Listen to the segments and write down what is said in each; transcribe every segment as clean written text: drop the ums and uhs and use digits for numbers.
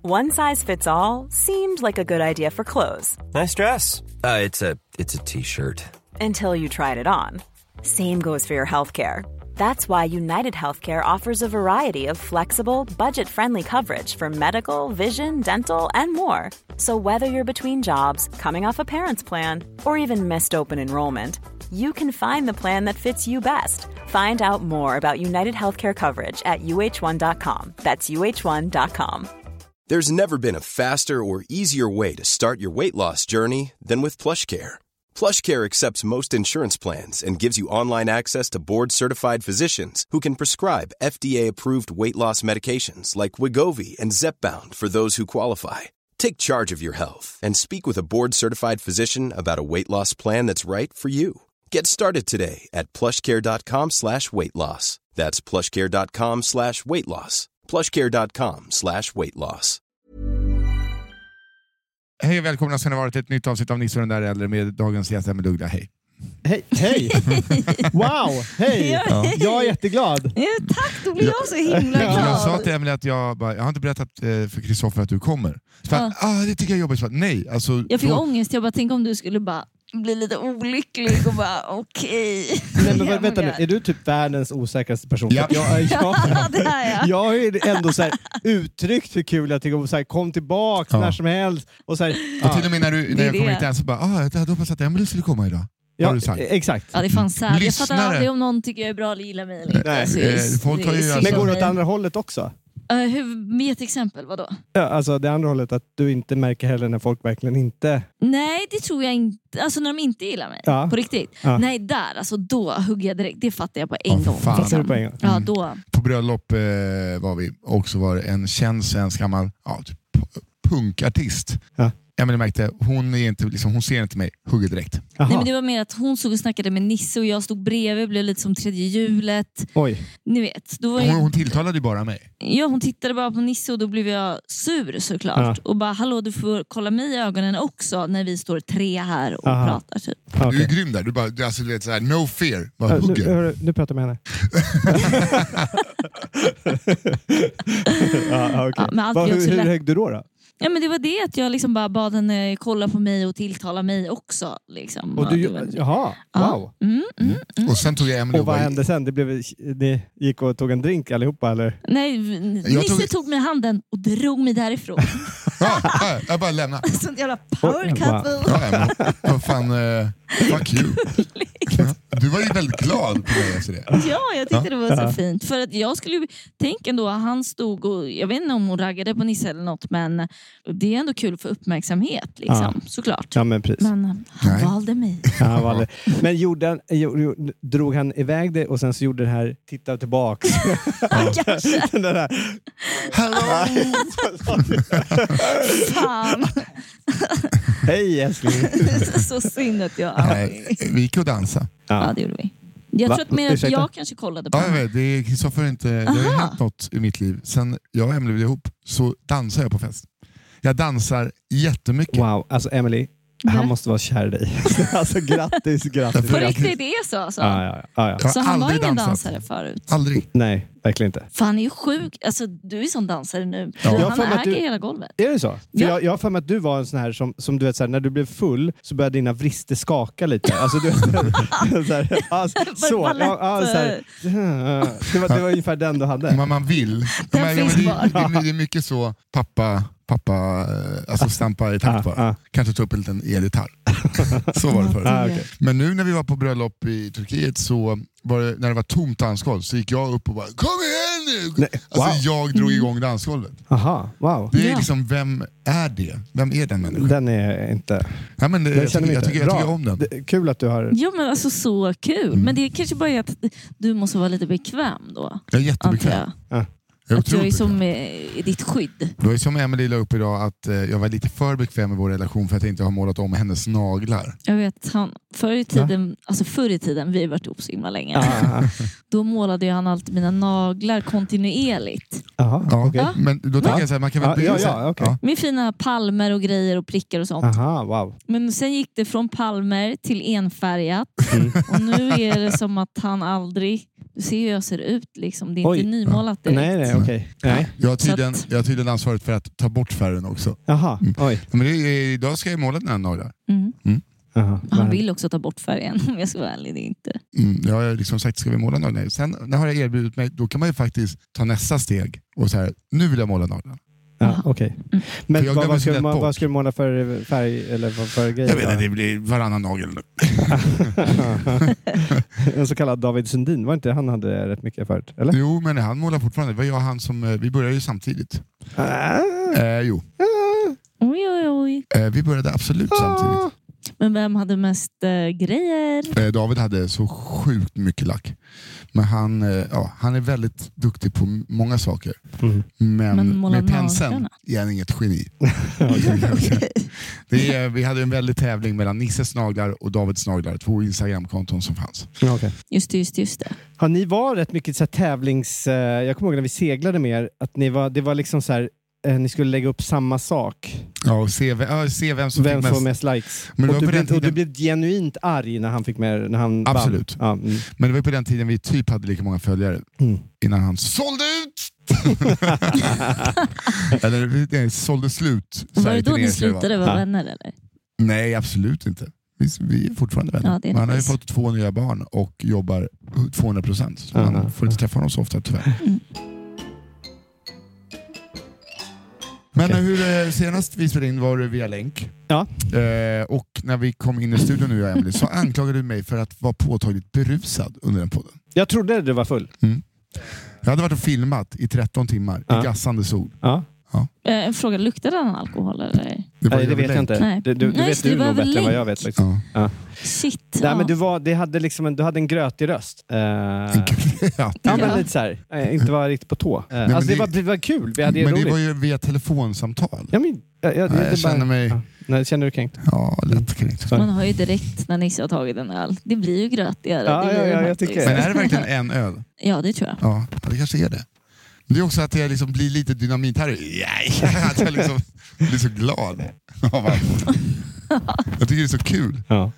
One size fits all seemed like a good idea for clothes. Nice dress. It's a t-shirt. Until you tried it on. Same goes for your healthcare. That's why United Healthcare offers a variety of flexible, budget-friendly coverage for medical, vision, dental, and more. So whether you're between jobs, coming off a parent's plan, or even missed open enrollment, you can find the plan that fits you best. Find out more about United Healthcare coverage at uh1.com. That's uh1.com. There's never been a faster or easier way to start your weight loss journey than with PlushCare. PlushCare accepts most insurance plans and gives you online access to board-certified physicians who can prescribe FDA-approved weight loss medications like Wegovy and Zepbound for those who qualify. Take charge of your health and speak with a board-certified physician about a weight loss plan that's right for you. Get started today at plushcare.com/weightloss. That's plushcare.com/weightloss. plushcare.com/weightloss. Hej och välkomna ska ni vara till ett nytt avsnitt av Nisse och den där äldre med dagens gäst Emelie Uggla. Hej. Hej! Wow! Hej! Ja. Jag är jätteglad. Ja, tack, då blir jag så himla glad. Jag sa till Emelie att jag har inte berättat för Kristoffer att du kommer. Så det tycker jag är jobbigt. Nej, alltså, jag fick ångest, jag bara tänkte om du skulle bara bli lite olycklig och bara okej. Nej, men vänta nu, är du typ världens osäkraste person? Ja. Det är jag. Jag har ju ändå så här uttryckt hur kul jag tycker om så här, kom tillbaka när som helst. Och, så här, och till och med när jag kom hit så bara, jag hade hoppats att Emelie skulle komma idag. Ja, exakt. Ja, det fanns så här. Jag fattar aldrig om någon tycker jag är bra eller gillar mig eller inte. Folk har ju men går det åt andra hållet också? Med ett exempel, vadå? Ja, alltså det andra hållet, att du inte märker heller när folk verkligen inte... Nej, det tror jag inte. Alltså när de inte gillar mig. På riktigt. Nej, där, alltså då hugger jag direkt. Det fattar jag på en gång. Fattar du på en gång? Ja, då. På bröllop var vi. Också var det en känd svensk gammal typ punkartist. Ja. Emelie märkte, hon ser inte mig, hugger direkt. Nej, men det var mer att hon såg och snackade med Nisse och jag stod bredvid, blev lite som tredje hjulet. Oj. Ni vet. Då var hon tilltalade ju bara mig. Ja, hon tittade bara på Nisse och då blev jag sur såklart. Och bara, hallå, du får kolla mig i ögonen också när vi står 3 här och pratar typ. Okay. Du är grym där, du vet såhär, no fear, bara hugger. Nu pratar med henne. Hur högg du då? Ja, men det var det att jag liksom bara bad henne kolla på mig och tilltala mig också. Liksom. Och jaha, wow. Och sen tog jag Emelie. Och vad hände sen? Det gick och tog en drink allihopa, eller? Nej, Nisse tog mig i handen och drog mig därifrån. Jag bara lämnade. Sånt jävla power couple. Vad fan, fuck you. Du var ju väldigt glad på mig efter det. Ja, jag tyckte det var så fint. För att jag skulle tänka ändå, han stod och, jag vet inte om hon raggade på Nisse eller något, men det är ändå kul för uppmärksamhet liksom, såklart. Ja, men precis. Men han valde mig. Han valde. Men drog han iväg det och sen så gjorde det här, titta tillbaks. Kanske. Den där. Hallå! Fan. Hej älskling. Så synd att jag... Vi gick och dansa. Ja, det gjorde vi. Jag tror att mer att jag kanske kollade på jag vet, det är Kristoffer inte. Det har ju hänt något i mitt liv. Sen jag och Emelie blev ihop så dansar jag på fest. Jag dansar jättemycket. Wow, alltså Emelie, han måste vara kär i dig. Alltså grattis. På riktigt, det är så alltså? Ja. Så han var ingen dansare förut? Aldrig. Nej, verkligen inte. Fan, han är ju sjuk. Alltså, du är som dansare nu. Ja. Han äger hela golvet. Är det så? För jag har för mig att du var en sån här som du vet, så här, när du blev full så började dina vrister skaka lite. Alltså du det var ungefär den du hade. Men man vill. Det är mycket så pappa alltså stampa i takt på. Kanske ta upp en liten elgitarr. Så var det förut. Okay. Men nu när vi var på bröllop i Turkiet så var det, när det var tomt dansgolv så gick jag upp och bara, kom igen nu! Nej, alltså jag drog igång dansgolvet. Aha, wow. Det är liksom, vem är det? Vem är den människan? Den är inte... Ja, men jag tycker om den. Kul att du har... Ja, men alltså så kul. Men det är kanske bara att du måste vara lite bekväm då. Jag är jättebekväm. Att jag är som i ditt skydd. Det var som Emelie la upp idag, att jag var lite för bekväm med vår relation för att jag inte har målat om hennes naglar. Jag vet, förr i tiden, vi har varit ihop så himla länge. Då målade ju han alltid mina naglar kontinuerligt. Men då tänker jag så här, man kan väl börja med fina palmer och grejer och prickar och sånt. Wow. Men sen gick det från palmer till enfärgat. Och nu är det som att han aldrig... Du ser hur jag ser ut liksom. Det är inte nymålat direkt. Nej, okej. Nej. Jag har tydligen ansvaret för att ta bort färgen också. Jaha, oj. Men idag ska jag måla den här naglar. Han vill också ta bort färgen, om jag ska vara ärlig. Det är inte. Jag har liksom sagt, ska vi måla naglar? Sen när har jag erbjudit mig, då kan man ju faktiskt ta nästa steg och så här, nu vill jag måla naglar. Ja, okej. Men vad ska du måla för färg eller för grejer? Jag vet inte, det blir varannan nagel. En så kallad David Sundin, var inte han hade rätt mycket förut? Eller? Jo, men han målar fortfarande. Det var jag och han som, vi började ju samtidigt. Jo. Oj. Vi började absolut samtidigt. Men vem hade mest grejer? David hade så sjukt mycket lack. Men han är väldigt duktig på många saker. Men med penseln är han inget geni. Vi hade en väldig tävling mellan Nisses naglar och Davids naglar. 2 Instagram-konton som fanns. Okay. Just det. Har ni var rätt mycket så här tävlings... Jag kommer ihåg när vi seglade med er, att det var liksom så här... Ni skulle lägga upp samma sak. Ja, och se vem som fick får mest likes. Men och du blev genuint arg när han fick med, när han absolut. Ja, Men det var på den tiden vi typ hade lika många följare. Innan han sålde ut! Eller sålde slut. Var det då ni slutade vara vänner eller? Nej, absolut inte. Vi är fortfarande vänner. Ja, han har ju fått 2 nya barn och jobbar 200%. Så man får inte träffa honom så ofta tyvärr. Men hur senast vi spelade in var det via länk. Ja. Och när vi kom in i studion nu, Emily, så anklagade du mig för att vara påtagligt berusad under den podden. Jag trodde du var full. Jag hade varit och filmat i 13 timmar i gassande sol. Ja. En fråga, luktade han alkohol eller? Det vet jag inte. Nej. Du vet du nog bättre än vad jag vet. Liksom. Ja. Shit. Nej, men du hade en grötig röst. Men lite så här, inte var riktigt på tå. Alltså det var kul. Vi hade men roligt. Det var ju via telefonsamtal. Ja, men, jag känner mig... Nej, känner du kränkt? Ja, lätt kränkt. Man har ju direkt när Nisse har tagit en öl. Det blir ju grötigare. Jag tycker. Men är det verkligen en öl? Ja, det tror jag. Ja, det kanske är det. Det är också att jag liksom blir lite dynamit här. Att jag liksom blir så glad. Jag tycker det är så kul. Ja.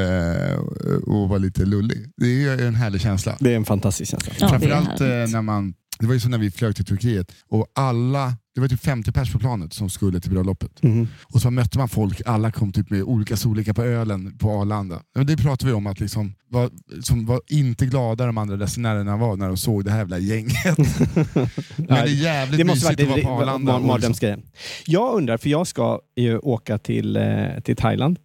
Och vara lite lullig. Det är en härlig känsla. Det är en fantastisk känsla. Ja, framförallt det var ju så när vi flög till Turkiet och det var typ 50 pers på planet som skulle till bröllopet. Och så mötte man folk, alla kom typ med olika storlekar på ölen på Arlanda. Det pratade vi om att liksom var inte glada de andra resenärerna var när de såg det här jävla gänget. Men det är jävligt mysigt att vara på Arlanda. Jag undrar, för jag ska ju åka till Thailand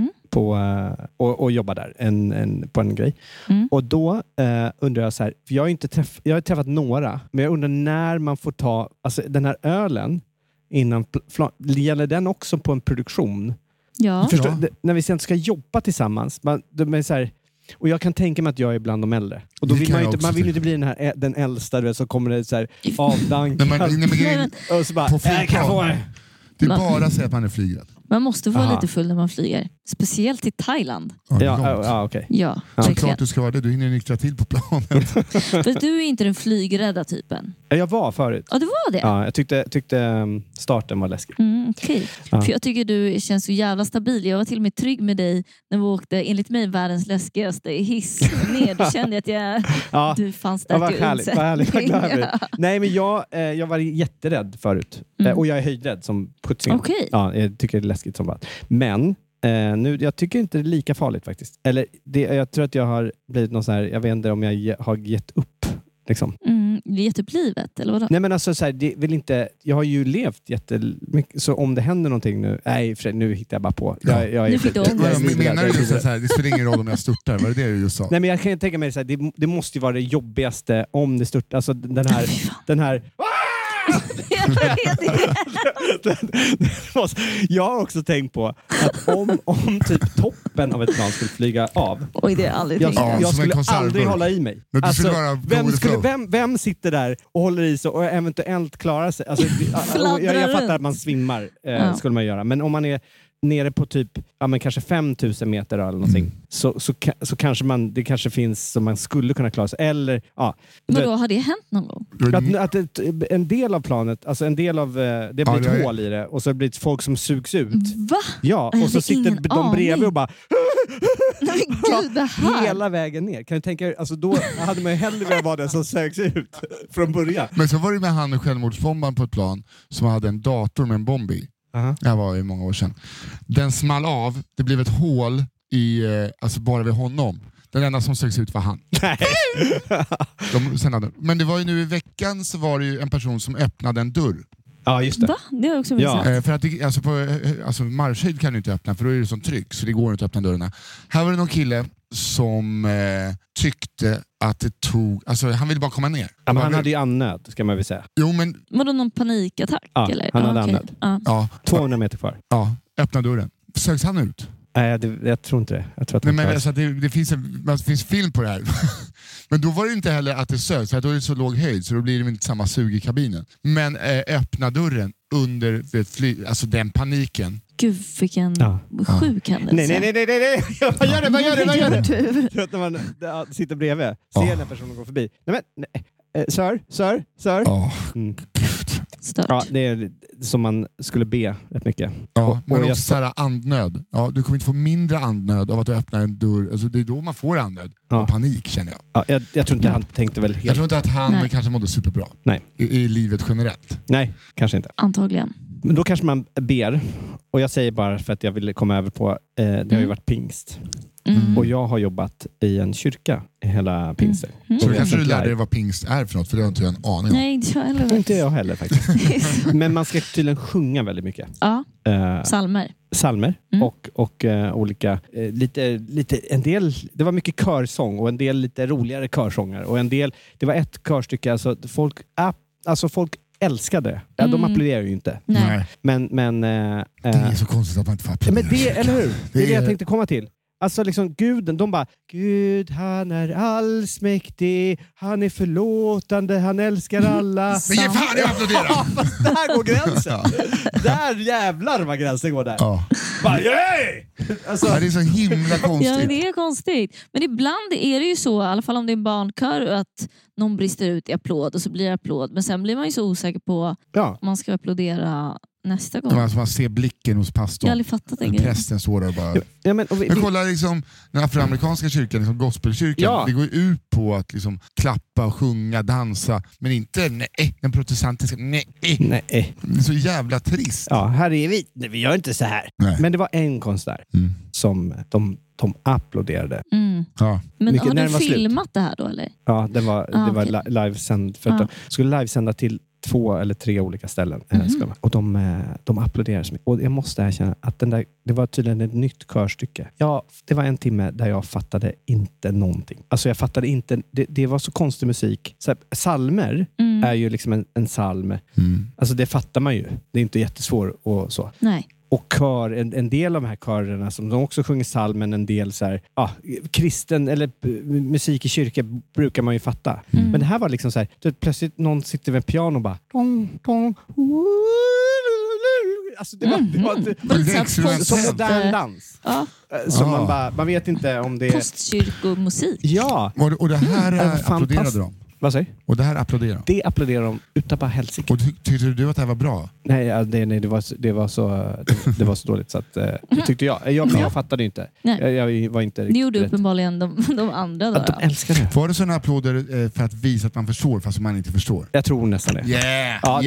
och jobba där på en grej. Och då undrar jag så här, för jag har träffat några, men jag undrar när man får ta, alltså den här ölen innan gäller den också på en produktion? Ja. Förstår, när vi sen ska jobba tillsammans, de är så här, och jag kan tänka mig att jag är bland de äldre. Och då vill man vill inte bli den äldsta som kommer det så här avdankad. Och så bara, det är bara att säga att man är flygrädd. Man måste vara lite full när man flyger. Speciellt till Thailand. Okej. Ja, såklart du ska vara det. Du hinner nyktra till på planet. För du är inte den flygrädda typen. Jag var förut. Ja, du var det? Ja, jag tyckte starten var läskig. Okej. För jag tycker du känns så jävla stabil. Jag var till och med trygg med dig när vi åkte, enligt mig, världens läskigaste hiss ner. Du kände att du fanns där till härligt. Nej, men jag var jätterädd förut. Och jag är höjdrädd som putsingen. Okej. Ja, jag tycker det är läskigt som bara. Men nu, jag tycker inte det är lika farligt faktiskt. Eller jag tror att jag har blivit någon så här, jag vet inte om jag har gett upp liksom. Gett upp livet eller vadå? Nej, men alltså så här, det vill inte, jag har ju levt jättemycket, så om det händer någonting nu, nu hittar jag bara på. Nu fick du om. Menar du just så här, det spelar ingen roll om jag störtar, var det du just sa? Nej, men jag kan tänka mig så här, det måste ju vara det jobbigaste om det störtar, alltså den här jag har också tänkt på att om typ toppen av ett plan skulle flyga av. Oj, det är aldrig jag skulle aldrig hålla i mig. Alltså, vem sitter där och håller i sig och eventuellt klarar sig? Alltså, jag fattar att man svimmar, skulle man göra. Men om man är nere på typ kanske 5000 meter eller någonting, så kanske det kanske finns som man skulle kunna klara sig. Eller men då har det hänt någon gång? Att en del av planet, alltså en del av det blir ett hål i det och så blir det folk som sugs ut. Va? Ja, och så sitter de bredvid och bara Men gud, det här. Hela vägen ner. Kan du tänka er, alltså då hade man ju hellre velat vara den som sögs ut från början. Men så var det med han självmordsbombaren på ett plan som hade en dator med en bomb i. Det här var ju många år sedan. Den small av, det blev ett hål i, alltså bara vid honom. Den enda som sögs ut var han. Nej. Men det var ju nu i veckan så var det ju en person som öppnade en dörr. Ja, just det. Va? Det har jag också visat. För att det, alltså marschhöjd kan du inte öppna för då är det sån tryck så det går inte att öppna dörrarna. Här var det någon kille som tyckte att det tog, alltså han ville bara komma ner. Ja, men han hade ju andnöd, ska man väl säga. Jo, men var det någon panikattack? Ja, eller? han hade okej. andnöd. Ja. 200 meter kvar. Ja, öppna dörren. Sögs han ut? Nej, jag tror inte det. Jag tror att men alltså, det finns film på det här. Men då var det inte heller att det sögs, för då är det så låg höjd så då blir det inte samma sug i kabinen. Men öppna dörren under alltså den paniken. Gud, vilken sjuk händelse. Nej. Vad gör det? Du vet när man sitter bredvid, ser när personen går förbi. Nej. Sir. Stört. Ja, det är som man skulle be rätt mycket. Ja, men också såhär andnöd. Ja, du kommer inte få mindre andnöd av att du öppnar en dörr. Alltså, det är då man får andnöd. Och panik, känner jag. Ja, jag tror inte han tänkte väl helt... Jag tror inte att han kanske mådde superbra. Nej. I livet generellt. Nej, kanske inte. Antagligen. Men då kanske man ber. Och jag säger bara för att jag vill komma över på... det har ju varit pingst. Och jag har jobbat i en kyrka i hela pingster. Så kanske du lärde dig vad pingst är för något, för det har inte jag en aning om. Nej, inte jag heller. Inte jag heller faktiskt. Men man ska tydligen sjunga väldigt mycket. Ja, salmer. Och olika, lite, en del, det var mycket körsång och en del lite roligare körsånger. Och en del, det var ett körstycke, alltså folk älskade det. Ja, de applåderar ju inte. Nej. Men det är så konstigt att man inte får applådera. Men det, eller hur? Det är det jag tänkte komma till. Alltså liksom guden, de bara Gud, han är allsmäktig, han är förlåtande, han älskar alla. Men ge fan, jag applåderar! Ja, fast där går gränsen. Där jävlar vad gränsen går där. Ja. Bara, alltså, det är så himla konstigt. Ja, det är konstigt. Men ibland är det ju så, i alla fall om det är en barnkör, att någon brister ut i applåd och så blir det applåd. Men sen blir man ju så osäker på om man ska applådera nästa gång. Alltså man ser blicken hos pastorn. Jag har aldrig fattat det. Prästen står där och bara... men kolla liksom, den afroamerikanska kyrkan, liksom gospelkyrkan, det går ut på att liksom klappa och sjunga, dansa, men inte den protestantiska, nej. Det är så jävla trist. Ja, här är vi gör inte så här. Nej. Men det var en konsert som de applåderade. Ja. Men har du filmat det här då, eller? Ja, det var livesänd. För att de skulle livesända till 2 eller 3 olika ställen. Och de applåderade så mycket. Och jag måste erkänna att det var tydligen ett nytt körstycke. Ja, det var en timme där jag fattade inte någonting. Alltså jag fattade inte, det var så konstig musik. Så här, salmer är ju liksom en salm. Alltså det fattar man ju. Det är inte jättesvårt och så. Nej. Och kör, en del av de här körerna som de också sjunger salmen, en del så här, kristen eller musik i kyrka brukar man ju fatta. Men det här var liksom så här, plötsligt någon sitter vid en piano och bara alltså det var som modern dans. Som man vet inte om det är postkyrkomusik. Ja. Och det här applåderade de. Vad säger? Och det här applåderar de? Det applåderar de utan bara helsike. Och tyckte du att det här var bra? Nej, det var så dåligt så att tyckte jag. Men jag fattade inte. Jag var inte riktigt. Det gjorde uppenbarligen de andra då. Att de älskar det. Var det sådana applåder för att visa att man förstår fast man inte förstår? Jag tror nästan det. Yeah!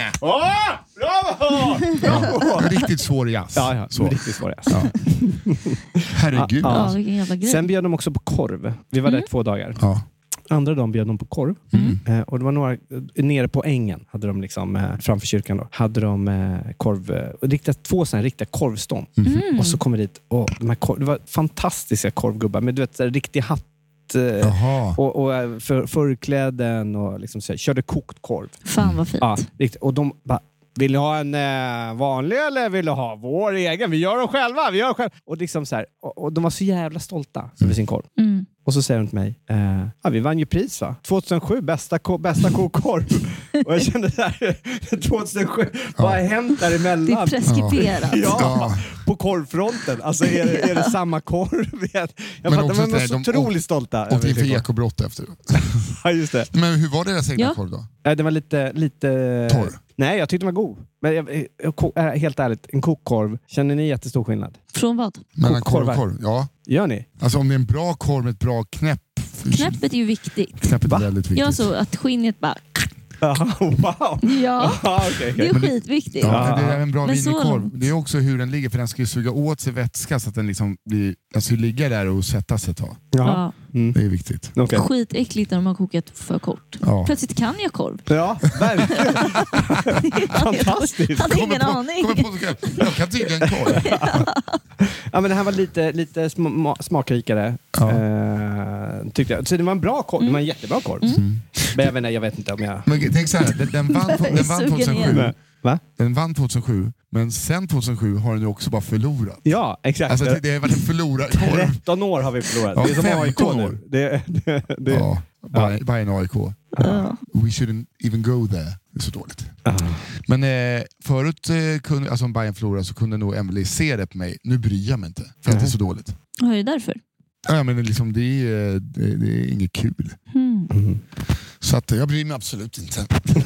Bravo! Riktigt svår jazz. Ja, riktigt svår jazz. Ja. Herregud. Vilken jävla grej. Sen bjöd de också på korv. Vi var där 2 dagar. Ja. Andra dagen bjöd de på korv. Och det var några nere på ängen hade de liksom framför kyrkan då. Hade de korv, 2 sådana riktiga korvstånd. Och så kommer dit och de här det var fantastiska korvgubbar med du vet riktig hatt och förkläden och liksom så körde kokt korv. Fan vad fint. Ja, riktigt. Och de bara, vill ni ha en vanlig eller vill ni ha vår egen? Vi gör dem själva. Och liksom så här, och de var så jävla stolta över sin korv. Och så säger de till mig, vi vann ju pris va? 2007, bästa kokkorv. Och jag kände så här, 2007, vad har hänt däremellan? Det är preskriberat. Ja, på korvfronten. Alltså är det samma korv? Jag fattar, men de var så otroligt stolta. Och vi fick ekobrott efter. Ja, just det. Men hur var deras egna korv då? Det var lite torr. Nej, jag tyckte den var god. Men helt ärligt, en kokkorv, känner ni jättestor skillnad? Från vad? Mellan korv och korv, ja. Gör ni? Alltså om det är en bra korv med ett bra knäpp. Knäppet är ju viktigt. Knäppet är väldigt viktigt. Ja, så att skinnet bara... Wow. Ja, okay. Det är skitviktigt. Ja, det är en bra minikorv. Så... Det är också hur den ligger, för den ska ju suga åt sig vätska så att den liksom blir, den ska ligga där och sätta sig ett tag. Ja. Det är viktigt. Okay. Skitäckligt när de har kokat för kort. Ja. Plötsligt kan jag korv. Ja, verkligen. Fantastiskt. Jag hade ingen aning. Jag kan tydliga en korv. Ja, men det här var lite smakrikare. Tyckte jag. Så det var en bra korv. Det var en jättebra korv. Men jag vet inte om jag... Men tänk så här, den vann 2007. Va? Den vann 2007, men sen 2007 har den ju också bara förlorat. Ja, exakt. Alltså det har varit en förlorarkorv. 13 år har vi förlorat. Ja, det är som AIK nu. Bayern AIK. We shouldn't even go there. Det är så dåligt. Men förut kunde, alltså om Bayern förlorade så kunde nog Emily se det på mig. Nu bryr jag mig inte, för att det är så dåligt. Vad är det därför? Ja, men liksom, det är inget kul. Så att jag bryr mig absolut inte.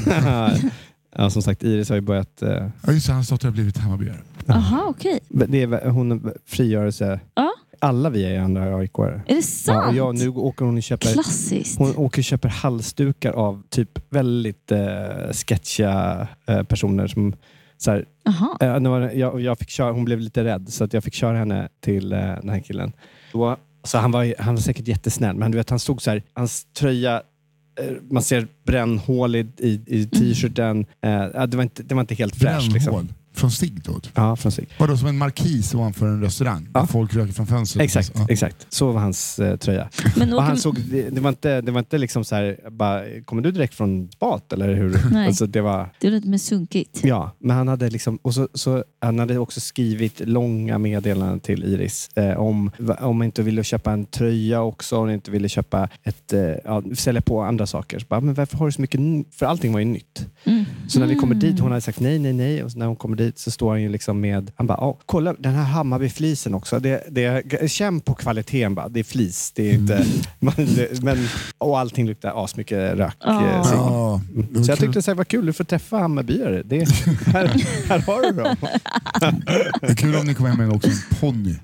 Ja, som sagt, Iris har ju börjat... Ja, just det, hans dotter har blivit Hammarbyare. Aha, okej. Det är hon frigörelse. Ja. Alla vi är andra AIK-are. Är det sant? Ja, nu åker hon och köper... Klassiskt. Hon åker och köper halsdukar av typ väldigt sketchiga personer som... Så här, jag fick köra, hon blev lite rädd så att jag fick köra henne till den här killen. Så han var säkert jättesnäll, men du vet, han stod så här, hans tröja, man ser brännhål i t-shirten. Det var inte helt fräscht liksom. Från Stig då? Ja, från Stig. Var det som en markis ovanför en restaurang? Ja. Folk röker från fönstret. Exakt. Så var hans tröja. Men och han såg, det var inte liksom så här, bara, kommer du direkt från spat eller hur? Nej. Alltså, det var lite mer sunkigt. Ja, men han hade liksom, och så han hade också skrivit långa meddelanden till Iris om man inte ville köpa en tröja också, om inte ville köpa sälja på andra saker. Så bara, men varför har du så mycket? För allting var ju nytt. Så när vi kommer dit, hon hade sagt nej, och så när hon kommer dit så står han ju liksom med, han bara, kolla den här Hammarby-flisen också, det känn på kvaliteten bara, det är flis, det är inte men och allting luktar asmycket rök. Så jag tyckte det var kul, du får träffa Hammarbyare, här har du dem. Det är kul om ni kommer hem med också en ponny.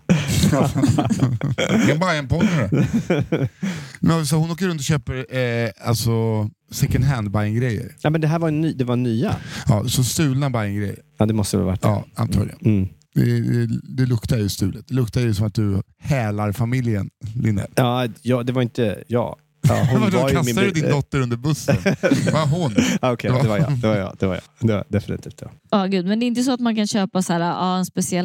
Det är bara en ponny. Men så hon åker runt och köper alltså second hand buying-grejer. Ja, men det här det var nya. Ja, så stulna buying-grejer. Ja, det måste det ha varit. Ja, antagligen. Det luktar ju stulet. Det luktar ju som att du hälar familjen, Linda. Ja, det var inte jag. Hon var kastade du din dotter under bussen? Var hon? Okej, det var jag. Det var definitivt jag. Ja, gud, men det är inte så att man kan köpa så här, en speciell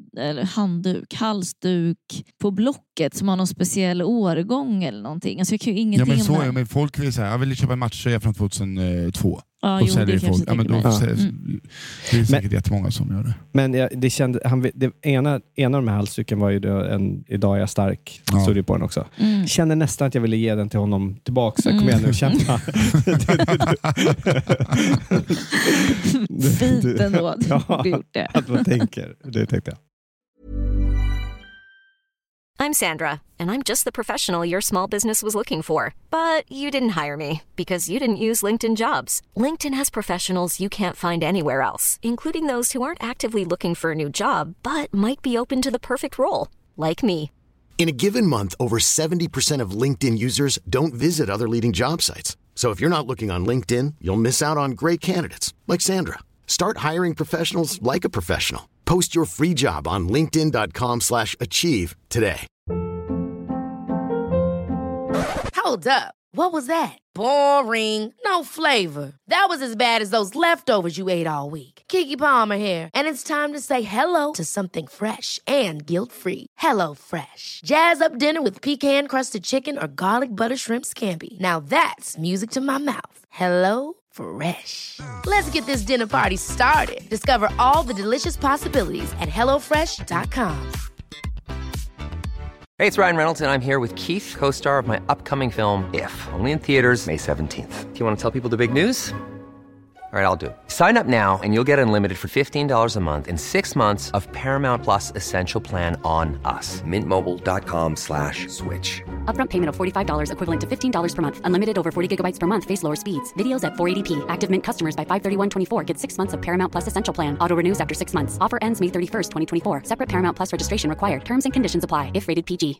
halsduk på Blocket som har någon speciell årgång eller någonting. Alltså jag kan ju ingenting men så om det. Men folk vill säga, jag vill köpa en matchtröja från 2002. Ja, och säljer folk. Ja, men då det är säkert jättemånga som gör det. Men det kände, ena av de här halsduken var ju Idag är jag stark. Stod ju på den också. Kände nästan att jag ville ge den till honom tillbaka. Så kom igen nu och kämpa. Fint ändå. Vad tänker du? Tänkte jag. I'm Sandra, and I'm just the professional your small business was looking for. But you didn't hire me because you didn't use LinkedIn Jobs. LinkedIn has professionals you can't find anywhere else, including those who aren't actively looking for a new job, but might be open to the perfect role, like me. In a given month, over 70% of LinkedIn users don't visit other leading job sites. So if you're not looking on LinkedIn, you'll miss out on great candidates, like Sandra. Start hiring professionals like a professional. Post your free job on linkedin.com/achieve today. Hold up. What was that? Boring. No flavor. That was as bad as those leftovers you ate all week. Keke Palmer here, and it's time to say hello to something fresh and guilt-free. Hello Fresh. Jazz up dinner with pecan-crusted chicken or garlic butter shrimp scampi. Now that's music to my mouth. Hello Fresh. Let's get this dinner party started. Discover all the delicious possibilities at hellofresh.com. Hey, it's Ryan Reynolds, and I'm here with Keith, co-star of my upcoming film, If, only in theaters May 17th. Do you want to tell people the big news? All right, I'll do it. Sign up now and you'll get unlimited for $15 a month and 6 months of Paramount Plus Essential Plan on us. Mintmobile.com/switch. Upfront payment of $45 equivalent to $15 per month. Unlimited over 40 gigabytes per month. Face lower speeds. Videos at 480p. Active Mint customers by 531.24 get 6 months of Paramount Plus Essential Plan. Auto renews after 6 months. Offer ends May 31st, 2024. Separate Paramount Plus registration required. Terms and conditions apply if rated PG.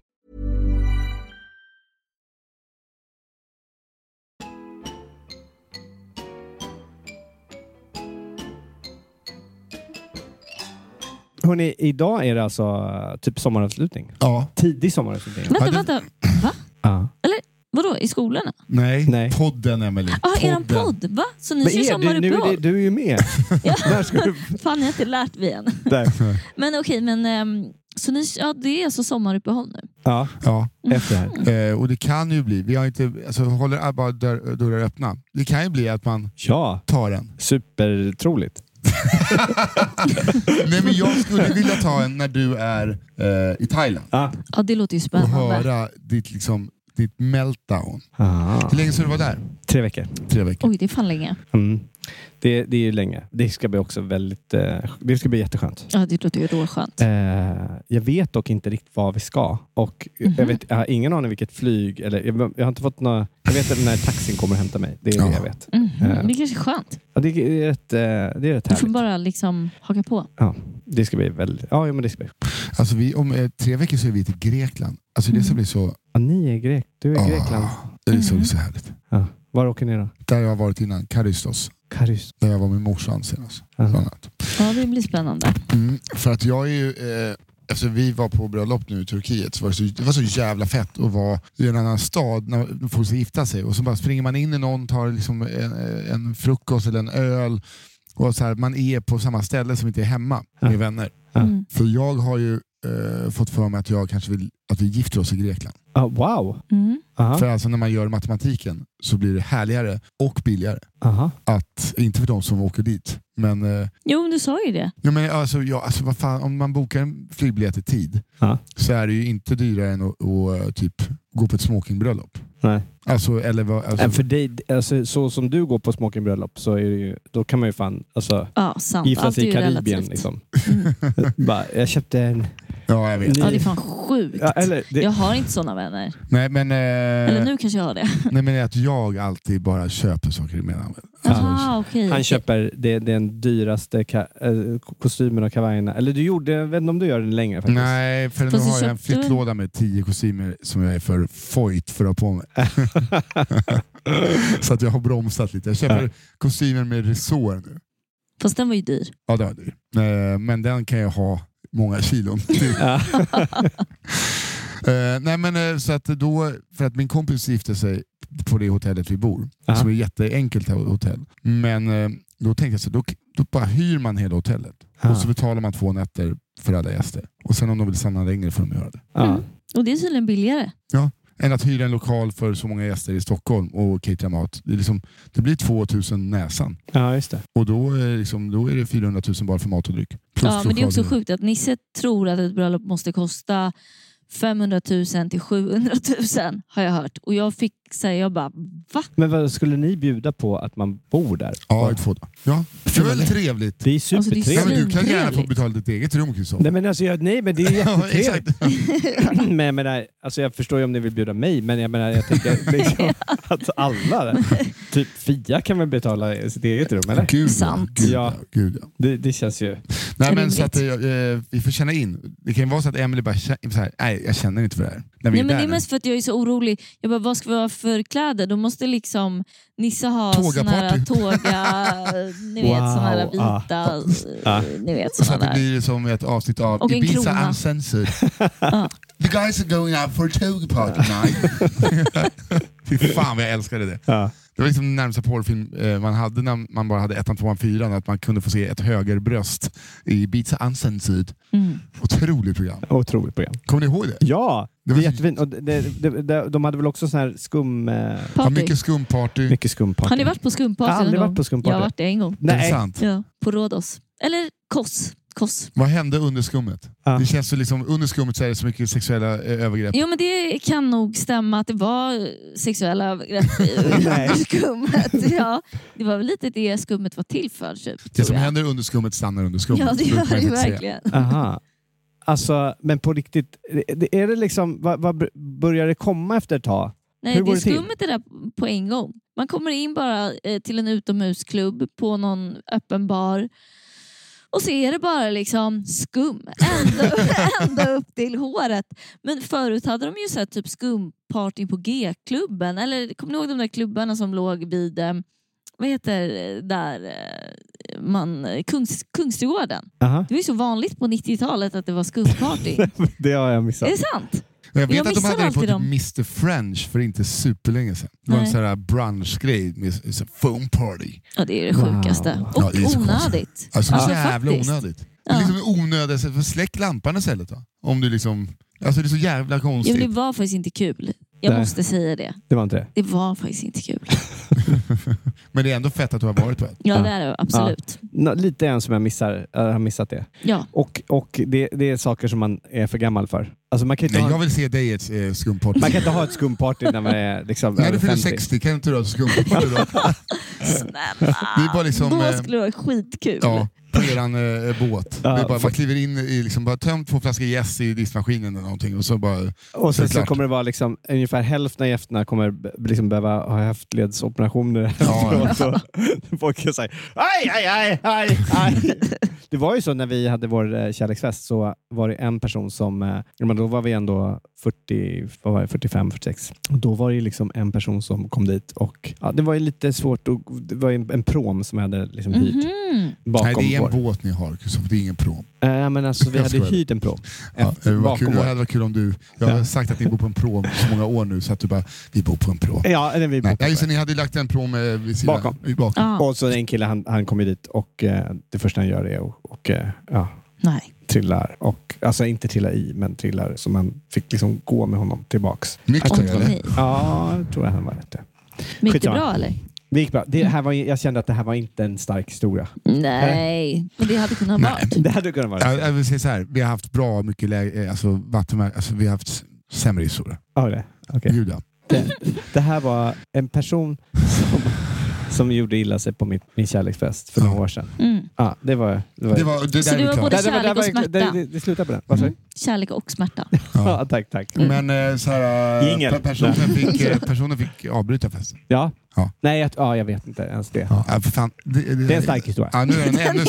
Hörrni, idag är det alltså typ sommaravslutning. Ja. Tidig sommaravslutning. Vänta. Va? Ja. Eller vadå, i skolorna? Nej. Podden, Emelie. Eran podd, va? Så ni kör sommaruppehåll? Du är ju med. Ja. Fan, jag har inte lärt vi än. Men okej, så det är alltså sommaruppehåll nu? Ja. Efter det här. Och det kan ju bli, vi har inte, alltså håller bara dörrar öppna. Det kan ju bli att man tar en. Supertroligt. Nej, men jag skulle vilja ta en när du är i Thailand. Ja, det låter ju spännande. Och höra ditt meltdown. Hur länge ska du vara där? 3 veckor. Oj, det är fan länge. Det är ju länge. Det ska bli också väldigt... det ska bli jätteskönt. Ja, det låter ju råskönt. Jag vet dock inte riktigt vad vi ska. Och jag har ingen aning vilket flyg. Eller, jag har inte fått några... Jag vet att när taxin kommer och hämta mig. Det är det jag vet. Det är kanske skönt. Ja, det är rätt härligt. Du får bara liksom haka på. Ja, det ska bli väldigt... Ja, men det ska bli... Alltså om 3 veckor så är vi till Grekland. Alltså det ska bli så... Ja, ni är grek. Du är Grekland. Det är så härligt. Ja. Var åker ni då? Där jag har varit innan, Karistos. Där jag var med morsan senast. Ja, det blir spännande. För att jag är ju... Efter vi var på bröllop nu i Turkiet så det var så jävla fett att vara i en annan stad när folk ska gifta sig. Och så bara springer man in i någon, tar liksom en frukost eller en öl. Och så här, man är på samma ställe som inte är hemma med vänner. För jag har ju fått för mig att jag kanske vill att vi gifter oss i Grekland. Wow. För alltså när man gör matematiken så blir det härligare och billigare. Att, inte för de som åker dit. Men, jo, du sa ju det. Ja, men alltså vad fan, om man bokar en flygbiljett i tid så är det ju inte dyrare än att typ gå på ett smokingbröllop. Nej. Alltså, eller vad, alltså... För dig, alltså, så som du går på smokingbröllop så är det ju, då kan man ju fan gifta sig i Karibien liksom. Bara, jag köpte en... Ja, jag vet. Ja, det är fan sjukt. Ja, jag har inte såna vänner. Nej, men... eller nu kanske jag har det. Nej, men att jag alltid bara köper saker emellan. Okay. Han köper den dyraste kostymen och kavajerna. Eller du gjorde, jag vet inte om du gör den längre faktiskt. Nej, för nu har jag en flyttlåda med 10 kostymer som jag är för fojt för att ha på mig. Så att jag har bromsat lite. Jag köper kostymer med resår nu. Fast den var ju dyr. Ja, det var dyr. Men den kan jag ha många kilon. Nej, men så att då, för att min kompis gifte sig på det hotellet vi bor, som är ett jätteenkelt hotell. Men då tänkte jag så då bara hyr man hela hotellet. Och så betalar man 2 nätter för alla gäster. Och sen om de vill stanna längre får de göra det. Och det är tydligen billigare. Ja, än att hyra en lokal för så många gäster i Stockholm och catera mat. Det blir 2000 näsan. Ja, just det. Och då är det 400 000 bara för mat och dryck. Ja, men det är också sjukt att Nisse tror att ett bröllop måste kosta 500 000 till 700 000 har jag hört. Och jag fick säga, jag bara, va? Men vad skulle ni bjuda på att man bor där? Ja, ett foto. Ja, det är väldigt trevligt. Det är supertrevligt. Alltså, du kan gärna få betala ditt eget rum, Kristoffer. Nej, men alltså, nej, men det är jättetrevligt. Men jag menar, alltså, jag förstår ju om ni vill bjuda mig, men jag menar, jag tänker liksom, att alla, typ Fia kan väl betala sitt eget rum, eller? Gud, sant. Gud, ja. Det känns ju... Nej, men så att vi får känna in. Det kan ju vara så att Emily bara så här, nej, jag känner inte för det här. Nej, men det är mest för att jag är så orolig. Jag bara, vad ska vi ha för kläder? Då måste liksom Nisse ha såna här tåga, ni vet, såna här vita, ni vet, såna så att det blir som ett avsnitt av och Ibiza Uncensored. The guys are going out for a toga party tonight. Fy fan vad jag älskade det. Det var liksom den närmsta porrfilm man hade när man bara hade 1, 2, 4, att man kunde få se ett högerbröst i Ibiza Uncensored. Otroligt program. Kommer ni ihåg det? Ja, det var jättefint. Och de hade väl också sån här mycket skumparty. Mycket skumparty. Har ni varit på skumparty? Jag har aldrig varit på skumparty. Jag har varit det en gång. Nej. Det är sant. Ja, på Rhodos. Eller koss. Vad hände under skummet? Det känns så liksom, under skummet så är det så mycket sexuella övergrepp. Jo, men det kan nog stämma att det var sexuella övergrepp i skummet. Ja, det var väl lite det skummet var till för. Typ, det som händer under skummet stannar under skummet. Ja, det gör det verkligen. Aha. Alltså, men på riktigt, är det liksom, vad börjar det komma efter ett tag? Nej, det skummet är där på en gång. Man kommer in bara till en utomhusklubb på någon öppen bar. Och så är det bara liksom skum. Ända upp till håret. Men förut hade de ju så här typ skumparty på G-klubben. Eller kommer ni ihåg de där klubbarna som låg vid... vad heter där Kungsträdgården? Det var ju så vanligt på 90-talet att det var skumparty. Det har jag missat. Är det sant? Jag vet att de hade det på typ Mr. French för inte superlänge sedan. Det var en sån här brunchgrej med foam party. Ja, det är det sjukaste. Och ja, det är onödigt. Alltså det är jävla onödigt. Det är liksom onödigt. För släck lampan istället då. Om du liksom... Alltså det är så jävla konstigt. Ja, det var faktiskt inte kul. Jag måste säga det. Det var inte det? Det var faktiskt inte kul. Men det är ändå fett att du har varit på det. Ja, det är det. Absolut. Ja. Lite än som jag har missat det. Ja. Och det är saker som man är för gammal för. Alltså man kan inte jag vill se dig i ett skumparty. Man kan inte ha ett skumparty när man är liksom när du fyller 60 kan inte du ha ett skumparty då? Snälla. Det är bara liksom, då skulle det vara skitkul. Ja. På eran båt. Det är bara, man kliver in i liksom, bara tömt 2 flaskor jäst i diskmaskinen eller någonting och så bara... Och sen så kommer det vara liksom, ungefär hälften av gästerna kommer liksom behöva ha höftledsoperationer. Ja. Folk säger aj. Det var ju så när vi hade vår kärleksfest, så var det en person som, då var vi ändå 45-46. Då var det liksom en person som kom dit och det var ju lite svårt. Det var en prom som hade liksom hyrt bakom. Nej, det är en båt ni har, så det är ingen prom. Men alltså vi hade hyrt en prom. Det hade varit kul om du... Jag har sagt att ni bor på en prom så många år nu, så att du bara, vi bor på en prom. Ja, eller vi bor på så ni hade lagt en prom vid sidan. Bakom. Och så en kille, han kom dit och det första han gör är och trillar. Och, alltså inte trillar i, men trillar. Så man fick liksom gå med honom tillbaks. Mycket eller? Ja, jag tror att han var rätt. Mycket bra, eller? Det gick bra. Det här var, jag kände att det här var inte en stark historia. Nej, men det hade kunnat vara. Det hade kunnat vara. Jag vill säga så här, vi har haft bra mycket vattenmärken, alltså vi har haft sämre historia. Ja, det. Okej. Det här var en person som gjorde illa sig på min kärleksfest för några år sedan. Ja, det var så det var både kärlek och smärta. Det slutar på den. Vad sa du? Kärlek och smärta. Ja, tack. Men så här, personen fick avbryta festen. Ja. Nej, jag vet inte ens det. För fan, det är en stark historia. Ja, nu är den ännu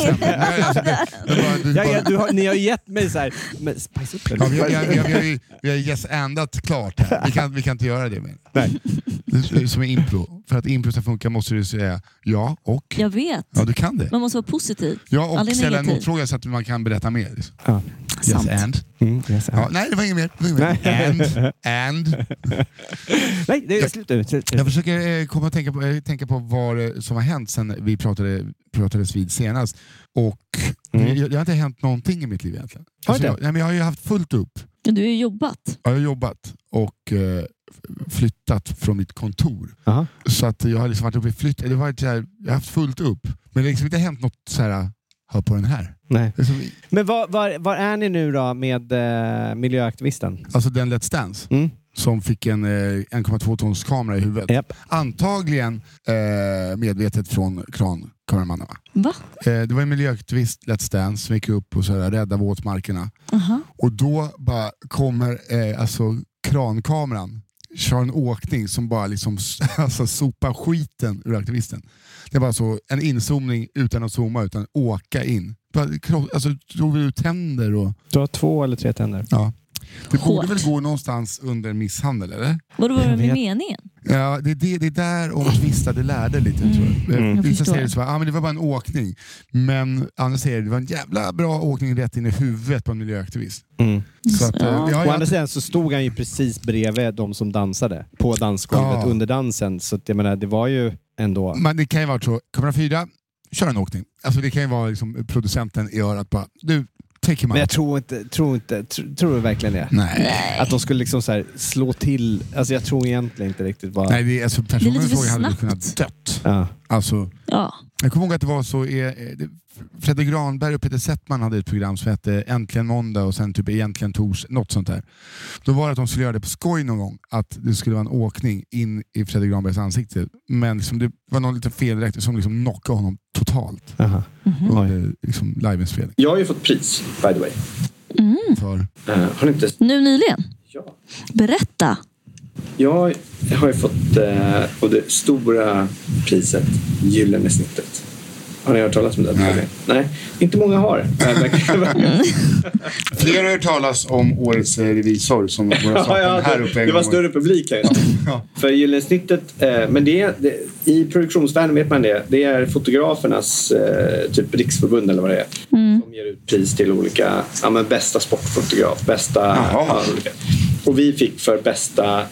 sämre. Ni har gett mig så här, men spice upp det. Vi har yes-andat klart här. Vi kan inte göra det med. Nej. Det är som en impro. För att impro ska funka måste du säga ja och... Jag vet. Ja, du kan det. Man måste vara positiv. Ja, och ställa en motfråga så att man kan berätta mer. Liksom. Ja. Sant. Yes and. Yes and. Ja, nej, det var inget mer. And. Nej, det är slut. Jag försöker komma och tänka på vad som har hänt sen vi pratades vid senast. Och det har inte hänt någonting i mitt liv egentligen. Alltså, jag har ju haft fullt upp. Du har ju jobbat. Jag har jobbat och flyttat från mitt kontor. Aha. Så att jag har liksom varit uppe i flytt. Jag har haft fullt upp. Men det har liksom inte hänt något så här, hör på den här. Nej. Men var är ni nu då med miljöaktivisten? Alltså den Let's Dance. Som fick en 1,2 tons kamera i huvudet. Yep. Antagligen medvetet från krankameramanna. Va? Det var en miljöaktivist Let's Dance som gick upp och så här, rädda våtmarkerna. Och då bara kommer krankameran kör en åkning som bara liksom sopar skiten ur aktivisten. Det var så en inzoomning utan att zooma, utan åka in. Alltså tog vi ut tänder och... Du har 2 eller 3 tänder. Ja. Det borde väl gå någonstans under misshandel, eller? Vad var det med meningen? Ja, det är där om tvistade lärde lite, tror jag. Vissa säger så men det var bara en åkning. Men andra säger det var en jävla bra åkning rätt in i huvudet på en miljöaktivist. Så att, Å andra sidan så stod han ju precis bredvid de som dansade på dansgolvet under dansen. Så att, jag menar, det var ju ändå... Men det kan ju vara så, kamera 4, kör en åkning. Alltså det kan ju vara liksom producenten i örat bara, du, men jag tror du verkligen det? Nej. Att de skulle liksom så här slå till. Alltså jag tror egentligen inte riktigt vad... Nej, personen i fråga hade kunnat dött. kaos. Ja. Alltså, Ja. jag kommer ihåg att det var så... Fredrik Granberg och Peter Settman hade ett program som hette Äntligen måndag och sen typ Egentligen tors, något sånt där. Då var det att de skulle göra det på skoj någon gång. Att det skulle vara en åkning in i Fredrik Granbergs ansikte. Men liksom, det var någon liten felräkning som liksom knockade honom totalt. Under liksom, liveinspelning. Jag har ju fått pris, by the way. För? Har ni inte... Nu nyligen? Ja. Berätta. Jag har ju fått och det stora priset, Gyllene snittet. Har ni hört talas om det? Nej, inte många har. Flera har hört talas om årets revisor som våra här uppe. Det var större publik här. För Gyllene snittet, men det i produktionsvärlden vet man det. Det är fotografernas typ riksförbund eller vad det är. Som ger ut pris till olika, bästa sportfotograf, bästa olika. Och vi fick för bästa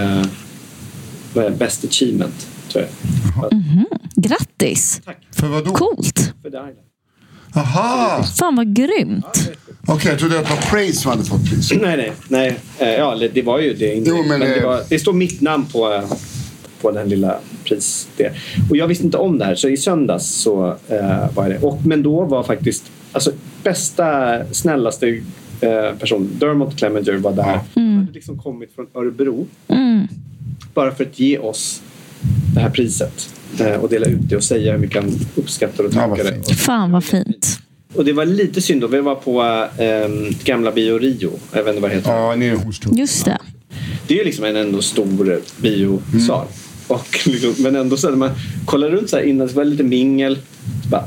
best achievement, tror jag. Grattis! Tack. För vad då? Coolt! För det. Aha! Fan vad grymt! Okej, jag trodde att det var Praise som hade fått pris. Nej. Ja, det var ju det. Jo, men det står mitt namn på den lilla pris. Det. Och jag visste inte om det här, så i söndags så var det. Men då var faktiskt bästa, snällaste person, Dermot Clemenger var där. Han hade liksom kommit från Örebro. Bara för att ge oss det här priset. Och dela ut det och säga hur mycket han uppskattar och tackar det. Fan vad fint. Och det var lite synd då. Vi var på gamla Bio Rio. Jag vet inte vad det heter. Ja, nere hos Tor. Just det. Det är ju liksom en ändå stor biosal. Och liksom, men ändå så när man kollar runt så här innan så var det lite mingel. Bara,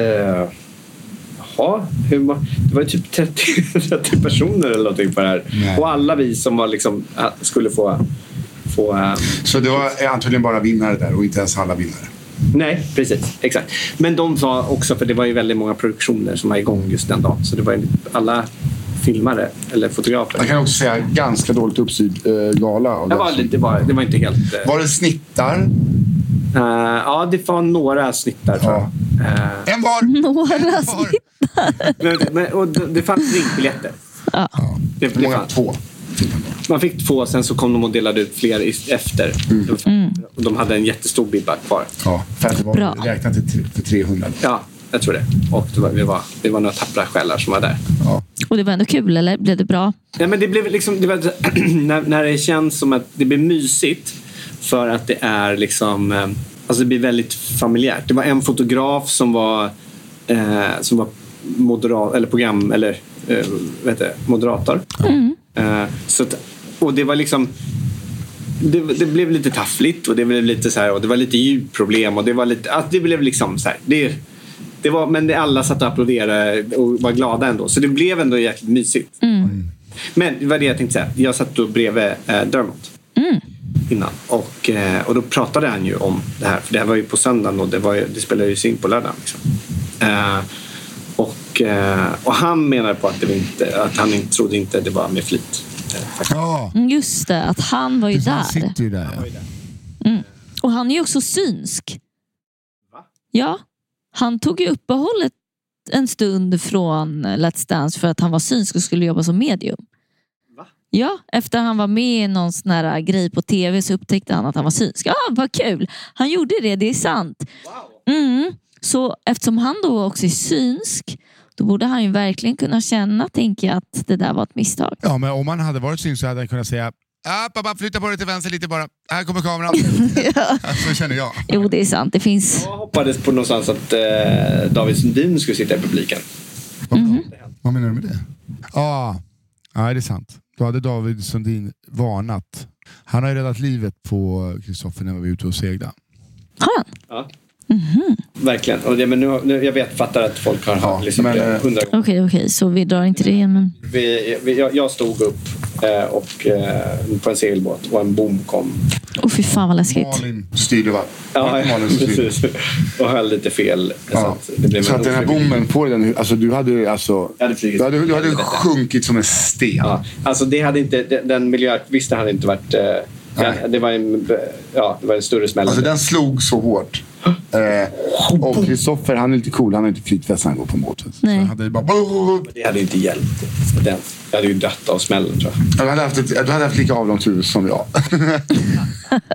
det var ju typ 30 personer eller någonting på det här. Nej. Och alla vi som var liksom skulle få så det var antagligen bara vinnare där och inte ens alla vinnare. Nej, precis, exakt. Men de sa också, för det var ju väldigt många produktioner som var igång just den dagen, så det var ju alla filmare eller fotografer. Jag kan också säga ganska dåligt uppsyd gala. Det var inte helt... Var det snittar? Ja, det var några snittar tror jag. En var! Några snittar. Och det fanns ringbiljetter. Ja. Det fanns 2. Man fick 2, sen så kom de och delade ut fler efter. Och de hade en jättestor bibba kvar. Ja, för att det var räknat till 300. Ja, jag tror det. Och det var några tappra själar som var där. Ja. Och det var ändå kul, eller? Blev det bra? Ja, men det blev liksom... när det känns som att det blir mysigt för att det är liksom... Alltså det blir väldigt familjärt. Det var en fotograf som var moderat, eller program, eller moderator. Så att, och det var liksom det blev lite taffligt och det blev lite så här, och det var lite ljudproblem och det var lite att det blev liksom så här, det var, men alla satt och applåderade och var glada ändå, så det blev ändå jäkligt mysigt. Men det var det jag tänkte säga, jag satt då bredvid Dermot innan och då pratade han ju om det här, för det här var ju på söndagen och det spelade ju in på lördagen liksom. Och han menar på att han inte trodde inte det var med flit. Just det, att han var ju där. Han sitter ju där. Och han är ju också synsk. Va? Ja, han tog ju uppehållet en stund från Let's Dance för att han var synsk och skulle jobba som medium. Va? Ja, efter han var med i någon sån här grej på tv så upptäckte han att han var synsk. Ja, vad kul. Han gjorde det är sant. Wow. Så eftersom han då också är synsk, då borde han ju verkligen kunna känna, tänker jag, att det där var ett misstag. Ja, men om han hade varit synsk så hade han kunnat säga pappa, flytta på dig till vänster lite bara. Här kommer kameran. Så känner jag. Jo, det är sant. Det finns... Jag hoppades på någonstans att David Sundin skulle sitta i publiken. Vad menar du med det? Ja, det är sant. Då hade David Sundin varnat. Han har ju räddat livet på Kristoffer när vi var ute och segla. Har han? Ja. Verkligen. Och men nu jag fattar att folk har liksom 100 gånger. Okej, så vi drar inte det igen. Men... Jag stod upp och på en segelbåt och en bom kom. Fy fan vad läskigt. Malin styrde, va? Ja, precis. Och höll lite fel. Ja. Så att den här bommen på den, alltså du hade du hade sjunkit som en sten. Ja. Alltså det hade inte, den miljöaktivisten hade inte varit... det var en större smäll. Alltså den slog så hårt. Och Kristoffer, han är lite cool. Han har inte flytväst när han går på båten. Nej. Men det hade inte hjälpt. Jag hade ju dött av smällen, tror jag. Du hade haft lika avlångt hus som jag.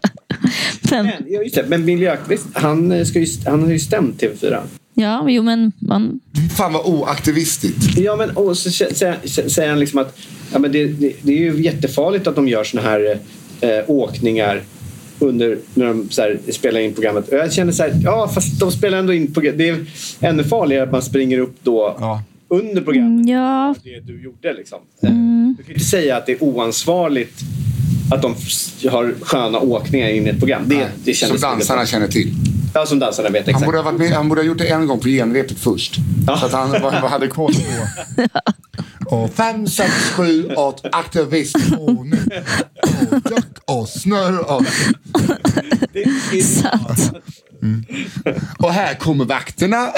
Men miljöaktivist, han har ju stämt TV4. Ja, jo men Fan vad oaktivistiskt. Ja, men och så säger han liksom att ja, men det är ju jättefarligt att de gör såna här åkningar när de så här, spelar in programmet. Och jag känner så här, ja fast de spelar ändå in programmet. Det är ännu farligare att man springer upp då under programmet. Ja. Det du gjorde liksom. Du kan inte säga att det är oansvarigt att de har sköna åkningar in i ett program. Det som dansarna känner till. Ja, som dansarna vet exakt. Han borde ha gjort det en gång på genrepet först. Så att han hade koll på. Och 5, 6, 7, 8 aktivist och nu. Och jack och snör och... Och här kommer vakterna.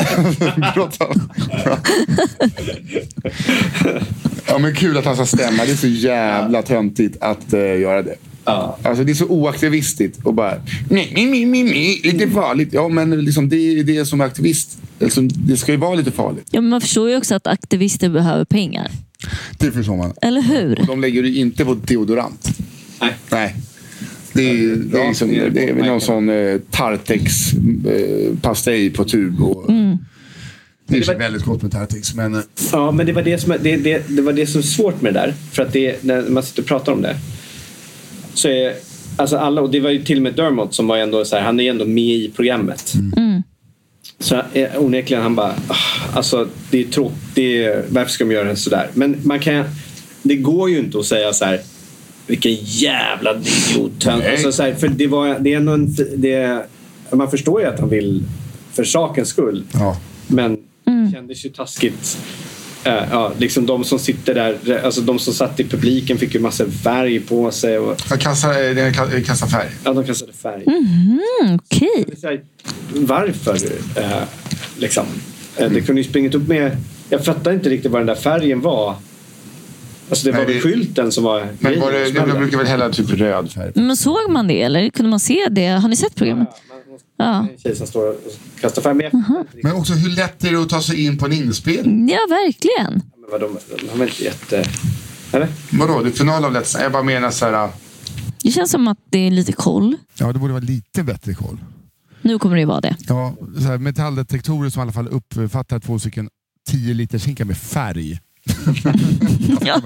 Ja, men kul att han ska stämma. Det är så jävla töntigt att göra det. Alltså det är så oaktivistigt och bara lite farligt. Ja, men liksom det är det som aktivist. Alltså, det ska ju vara lite farligt. Ja, men man förstår ju också att aktivister behöver pengar. Det förstår man. Eller hur? Och de lägger ju inte på deodorant. Nej. Det är väl någon sån Tartex pastej på tub och det är väldigt gott med Tartex, men ja, men det var det som är svårt med det där, för att det när man sitter och pratar om det så är alltså alla, och det var ju till och med Dermot som var ändå så här, han är ändå med i programmet. Så onekligen han bara alltså det är tråkigt, varför ska de göra det så där? Men det går ju inte att säga så här vilken jävla idiot. Alltså, så här, för det är ändå man förstår ju att han vill för sakens skull. Men det kändes ju taskigt. Liksom de som sitter där, alltså de som satt i publiken fick ju massa färg på sig och kasta färg. Ja, de kastade färg. Okej. Varför liksom det kunde ju springat upp med, jag fattar inte riktigt vad den där färgen var. Alltså det var väl skylten som var... Men var det brukar väl hellre typ röd färg. Men såg man det eller kunde man se det? Har ni sett programmet? Ja. En tjej som står och kastar färg med. Men också hur lätt är det att ta sig in på en inspelning? Ja, verkligen. Ja, men de har väl inte jätte... Eller? Vadå? Det är final av Let's. Jag bara menar så här... Det känns som att det är lite koll. Ja, det borde vara lite bättre koll. Nu kommer det ju vara det. Ja, så här, metalldetektorer som i alla fall uppfattar 2 stycken 10 liters hinkar med färg. Ja.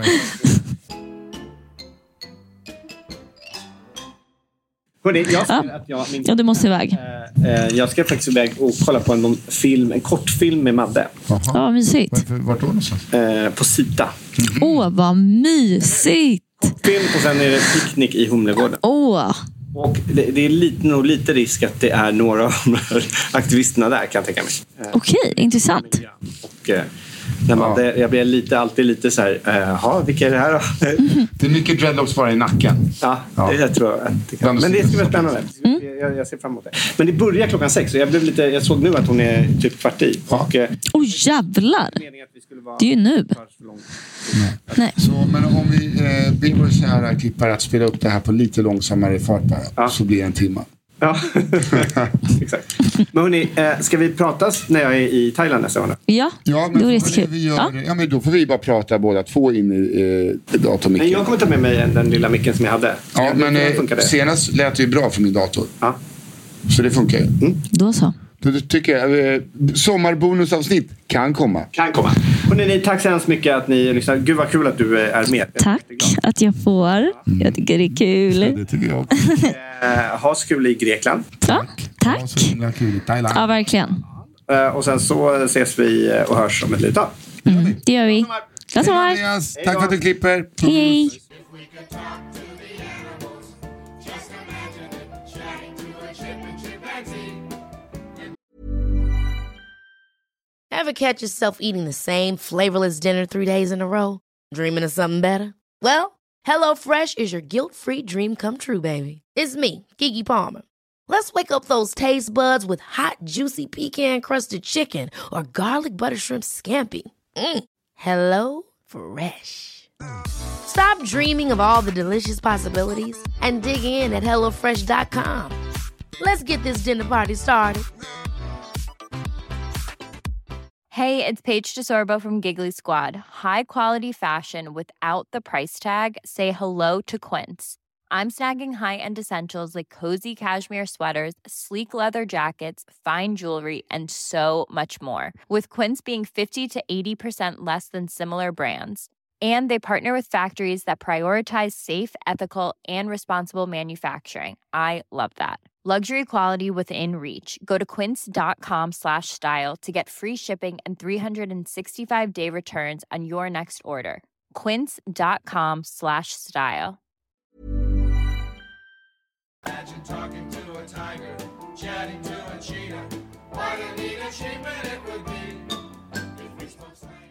Hörrni, du måste iväg. Jag ska faktiskt iväg och kolla på en kortfilm med Madde. Ja, mysigt. Vart då någonstans? På Sita. Vad mysigt. Kortfilm och sen är det picknick i Humlegården. Och det är nog lite risk att det är några av de här aktivisterna där, kan jag tänka mig. Okej, intressant. Och jag blir alltid lite så här, vilka är det här då? Det är mycket dreadlocks bara i nacken. Ja. Det tror jag att det kan. Men det ska vara spännande. Jag ser fram emot det. Men det börjar 6:00 och jag såg nu att hon är typ 15:15. Jävlar. Det är ju nu. Nej. Så, men om vi ber vår kära klippare att spela upp det här på lite långsammare fart så blir det 1 timme. Ja, exakt. Men hörni, ska vi pratas när jag är i Thailand nästa gång? Ja, men då men då får vi bara prata båda två in i datormicken. Jag kommer ta med mig den lilla micken som jag hade. Ja, men senast lät det ju bra för min dator. Ja. Så det funkar ju. Då så. Då tycker jag sommarbonusavsnitt kan komma. Hörrni, tack så hemskt mycket att ni lyssnar. Gud vad kul att du är med. Tack att jag får. Jag tycker det är kul. Ja, det tycker jag. Ha så kul i Grekland. Tack. Ha så himla kul i Thailand. Ja, verkligen. Och sen så ses vi och hörs om ett litet tag. Det gör vi. Tack för att du klipper. Hej. Ever catch yourself eating the same flavorless dinner 3 days in a row? Dreaming of something better? Well, HelloFresh is your guilt-free dream come true, baby. It's me, Keke Palmer. Let's wake up those taste buds with hot, juicy pecan-crusted chicken or garlic butter shrimp scampi. Hello Fresh. Stop dreaming of all the delicious possibilities and dig in at HelloFresh.com. Let's get this dinner party started. Hey, it's Paige DeSorbo from Giggly Squad. High quality fashion without the price tag. Say hello to Quince. I'm snagging high-end essentials like cozy cashmere sweaters, sleek leather jackets, fine jewelry, and so much more. With Quince being 50 to 80% less than similar brands. And they partner with factories that prioritize safe, ethical, and responsible manufacturing. I love that. Luxury quality within reach. Go to quince.com/style to get free shipping and 365-day returns on your next order. Quince.com/style. Imagine talking to a tiger, chatting to a cheetah. What a neat achievement it would be if we spoke slang.